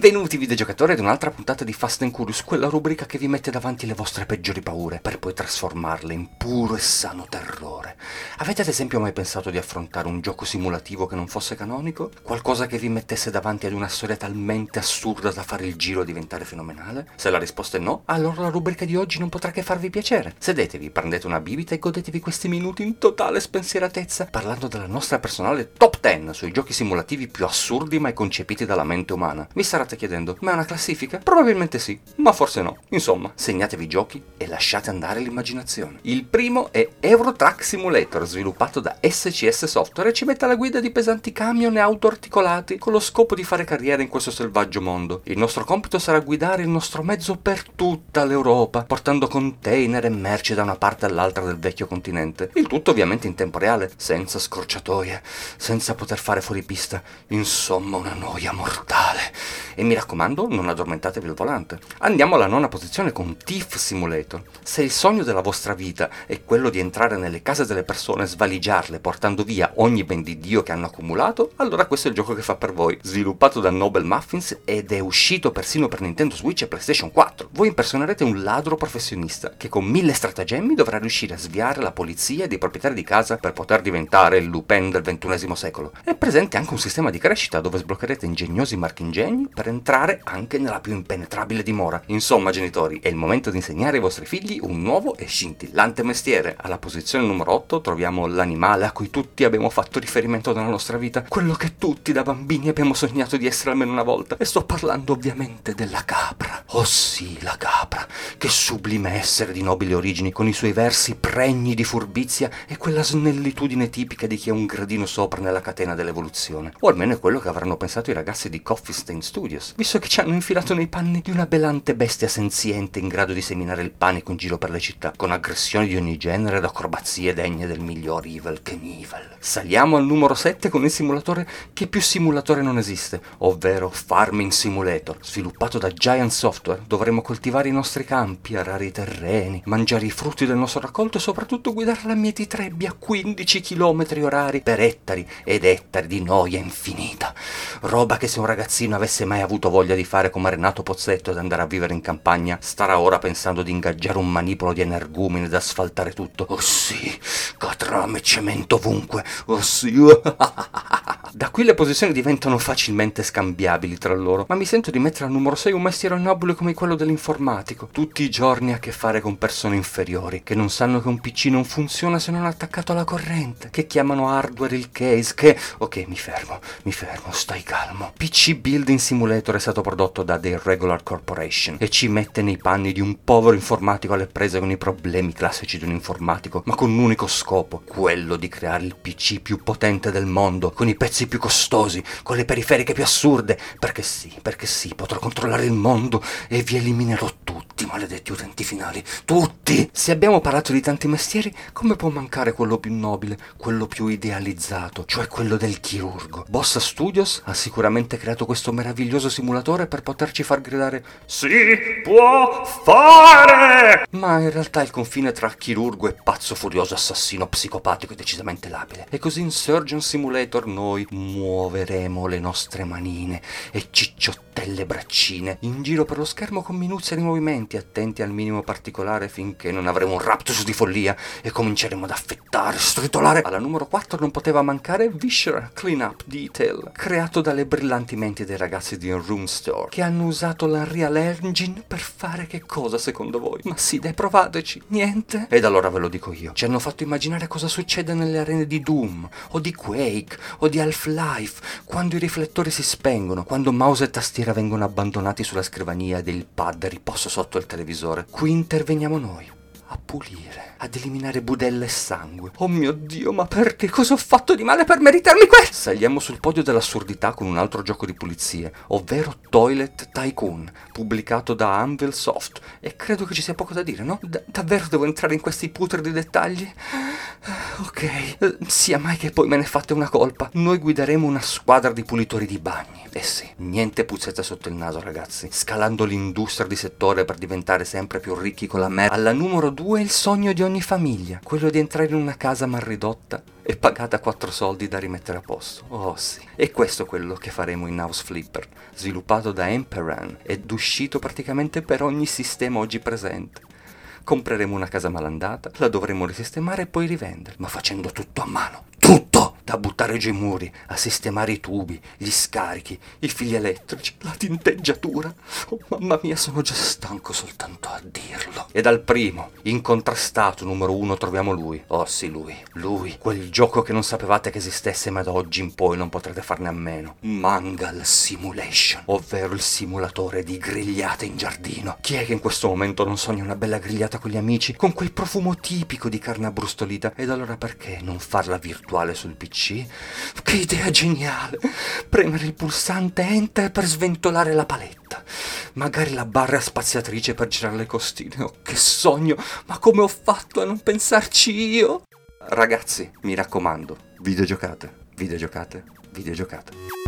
Benvenuti videogiocatori ad un'altra puntata di Fast and Curious, quella rubrica che vi mette davanti le vostre peggiori paure per poi trasformarle in puro e sano terrore. Avete ad esempio mai pensato di affrontare un gioco simulativo che non fosse canonico? Qualcosa che vi mettesse davanti ad una storia talmente assurda da fare il giro e diventare fenomenale? Se la risposta è no, allora la rubrica di oggi non potrà che farvi piacere. Sedetevi, prendete una bibita e godetevi questi minuti in totale spensieratezza parlando della nostra personale top 10 sui giochi simulativi più assurdi mai concepiti dalla mente umana. Vi starete chiedendo, ma è una classifica? Probabilmente sì, ma forse no. Insomma, segnatevi i giochi e lasciate andare l'immaginazione. Il primo è Euro Truck Simulator, sviluppato da SCS Software e ci mette alla guida di pesanti camion e auto articolati con lo scopo di fare carriera in questo selvaggio mondo. Il nostro compito sarà guidare il nostro mezzo per tutta l'Europa, portando container e merci da una parte all'altra del vecchio continente. Il tutto ovviamente in tempo reale, senza scorciatoie, senza poter fare fuori pista. Insomma, una noia mortale. E mi raccomando, non addormentatevi al volante. Andiamo alla nona posizione con Thief Simulator. Se il sogno della vostra vita è quello di entrare nelle case delle persone e svaligiarle portando via ogni ben di Dio che hanno accumulato, allora questo è il gioco che fa per voi. Sviluppato da Noble Muffins ed è uscito persino per Nintendo Switch e PlayStation 4. Voi impersonerete un ladro professionista che con 1000 stratagemmi dovrà riuscire a sviare la polizia e dei proprietari di casa per poter diventare il Lupin del XXI secolo. È presente anche un sistema di crescita dove sbloccherete ingegnosi marchingegni per entrare anche nella più impenetrabile dimora. Insomma, genitori, è il momento di insegnare ai vostri figli un nuovo e scintillante mestiere. Alla posizione numero 8 troviamo l'animale a cui tutti abbiamo fatto riferimento nella nostra vita, quello che tutti da bambini abbiamo sognato di essere almeno una volta, e sto parlando ovviamente della capra. Oh sì, la capra, che sublime essere di nobili origini, con i suoi versi pregni di furbizia e quella snellitudine tipica di chi è un gradino sopra nella catena dell'evoluzione. O almeno è quello che avranno pensato i ragazzi di Coffee Stain Studios, visto che ci hanno infilato nei panni di una belante bestia senziente in grado di seminare il panico in giro per le città, con aggressioni di ogni genere ed acrobazie degne del miglior Evil Knievel. Saliamo al numero 7 con il simulatore che più simulatore non esiste, ovvero Farming Simulator. Sviluppato da Giant Software, dovremo coltivare i nostri campi, arare i terreni, mangiare i frutti del nostro raccolto e soprattutto guidare la mieti trebbia a 15 km/h per ettari ed ettari di noia infinita. Roba che se un ragazzino avesse mai avuto voglia di fare come Renato Pozzetto ed andare a vivere in campagna, starà ora pensando di ingaggiare un manipolo di energumene ed asfaltare tutto. Oh sì, catrame e cemento ovunque. Oh sì. Da qui le posizioni diventano facilmente scambiabili tra loro, ma mi sento di mettere al numero 6 un mestiere nobile come quello dell'informatico. Tutti i giorni a che fare con persone inferiori, che non sanno che un PC non funziona se non è attaccato alla corrente, che chiamano hardware il case, che... Ok, mi fermo, stai calmo. PC Building Simulator è stato prodotto da The Irregular Corporation e ci mette nei panni di un povero informatico alle prese con i problemi classici di un informatico, ma con un unico scopo, quello di creare il PC più potente del mondo, con i pezzi più costosi, con le periferiche più assurde, perché sì, potrò controllare il mondo e vi eliminerò tutti, maledetti utenti finali, tutti! Se abbiamo parlato di tanti mestieri, come può mancare quello più nobile, quello più idealizzato, cioè quello del chirurgo? Bossa Studios ha sicuramente creato questo meraviglioso simulatore per poterci far gridare "Si può fare!". Ma in realtà il confine tra chirurgo e pazzo furioso assassino psicopatico è decisamente labile. E così in Surgeon Simulator noi muoveremo le nostre manine e cicciottelle braccine in giro per lo schermo con minuzia di movimenti, attenti al minimo particolare finché non avremo un raptus di follia e cominceremo ad affettare, stritolare. Alla numero 4 non poteva mancare Viscera Cleanup Detail, creato dalle brillanti menti dei ragazzi di Room Store, che hanno usato l'Unreal Engine per fare che cosa secondo voi? Ma sì, dai, provateci, niente? Ed allora ve lo dico io, ci hanno fatto immaginare cosa succede nelle arene di Doom, o di Quake, o di Half-Life, quando i riflettori si spengono, quando mouse e tastiera vengono abbandonati sulla scrivania ed il pad riposto sotto il televisore. Qui interveniamo noi, a pulire, ad eliminare budella e sangue. Oh mio Dio, ma perché? Cosa ho fatto di male per meritarmi questo? Saliamo sul podio dell'assurdità con un altro gioco di pulizie, ovvero Toilet Tycoon, pubblicato da Anvil Soft. E credo che ci sia poco da dire, no? Davvero devo entrare in questi putridi dettagli? Ok, sia mai che poi me ne fate una colpa. Noi guideremo una squadra di pulitori di bagni Eh sì, niente puzzetta sotto il naso, ragazzi. Scalando l'industria di settore per diventare sempre più ricchi con la merda. Alla numero 2 il sogno di ogni famiglia, quello di entrare in una casa mal ridotta e pagata 4 soldi da rimettere a posto. Oh sì. E questo è quello che faremo in House Flipper, sviluppato da Emperan ed uscito praticamente per ogni sistema oggi presente. Compreremo una casa malandata, la dovremo risistemare e poi rivendere, ma facendo tutto a mano. Tutto! Da buttare giù i muri, a sistemare i tubi, gli scarichi, i fili elettrici, la tinteggiatura. Oh mamma mia, sono già stanco soltanto a dirlo. E dal primo, incontrastato numero 1, troviamo lui. Oh sì, lui, quel gioco che non sapevate che esistesse ma da oggi in poi non potrete farne a meno. Mangal Simulation, ovvero il simulatore di grigliate in giardino. Chi è che in questo momento non sogna una bella grigliata con gli amici, con quel profumo tipico di carne abbrustolita? Ed allora perché non farla virtuale sul PC? Che idea geniale! Premere il pulsante Enter per sventolare la paletta. Magari la barra spaziatrice per girare le costine. Oh, che sogno! Ma come ho fatto a non pensarci io? Ragazzi, mi raccomando, videogiocate.